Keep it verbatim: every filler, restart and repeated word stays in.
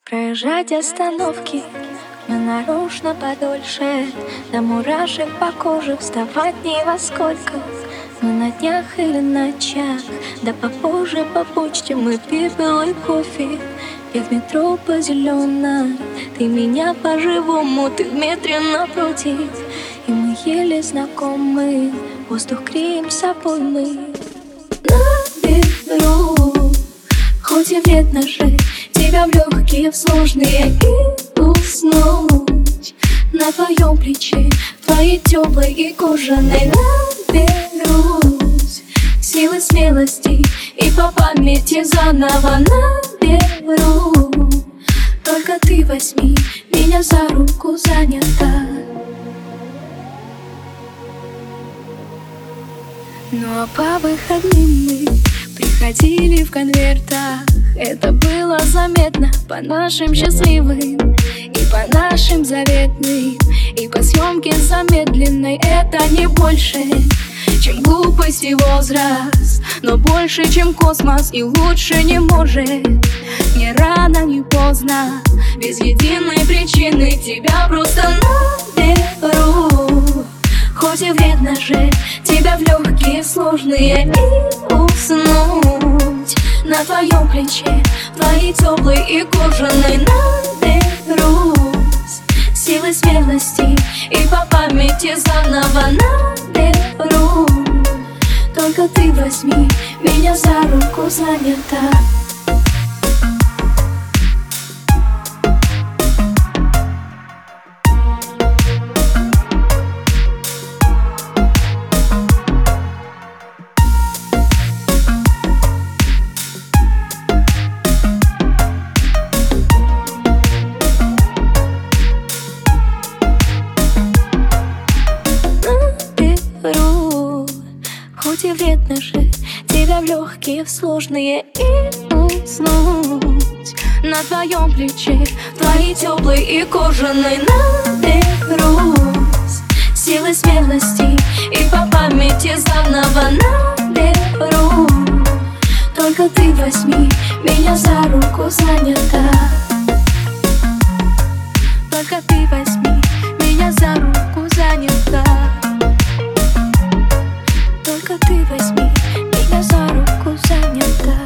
Проезжать остановки мы нарочно подольше, до мурашек по коже вставать ни во сколько. Мы на днях или ночах, да попозже по почте мы пепел и кофе. Я в метро по зеленой, ты меня по-живому, ты в метре напротив. И мы еле знакомы, воздух греем собой мы. Наберу, хоть и вредно жить, тебя в легкие, в сложные и уснуть на твоем плече, твоей теплой и кожаной. Наберусь силы, смелости и по памяти заново наберу. Только ты возьми меня за руку, занята. Ну а по выходным мы приходили в конвертах. Это было заметно по нашим счастливым и по нашим заветным, и по съемке замедленной. Это не больше, чем глупость и возраст, но больше, чем космос, и лучше не может. Не рано, не поздно, без единой причины тебя просто наберу. Хоть и вредно же тебя в легкие, сложные и уснуть на твоем плече, твоей теплой и кожаной. Наберусь силы, смелости и по памяти заново наберу. Только ты возьми меня за руку, занята. Хоть и вредно жить, тебя в легкие, в сложные и уснуть на твоем плече, твоей теплой и кожаной. Наберусь силы, смелости и по памяти заново наберу. Только ты возьми меня за руку, занята. Только ты возьми меня за руку, занята. Только ты возьми меня за руку, занята.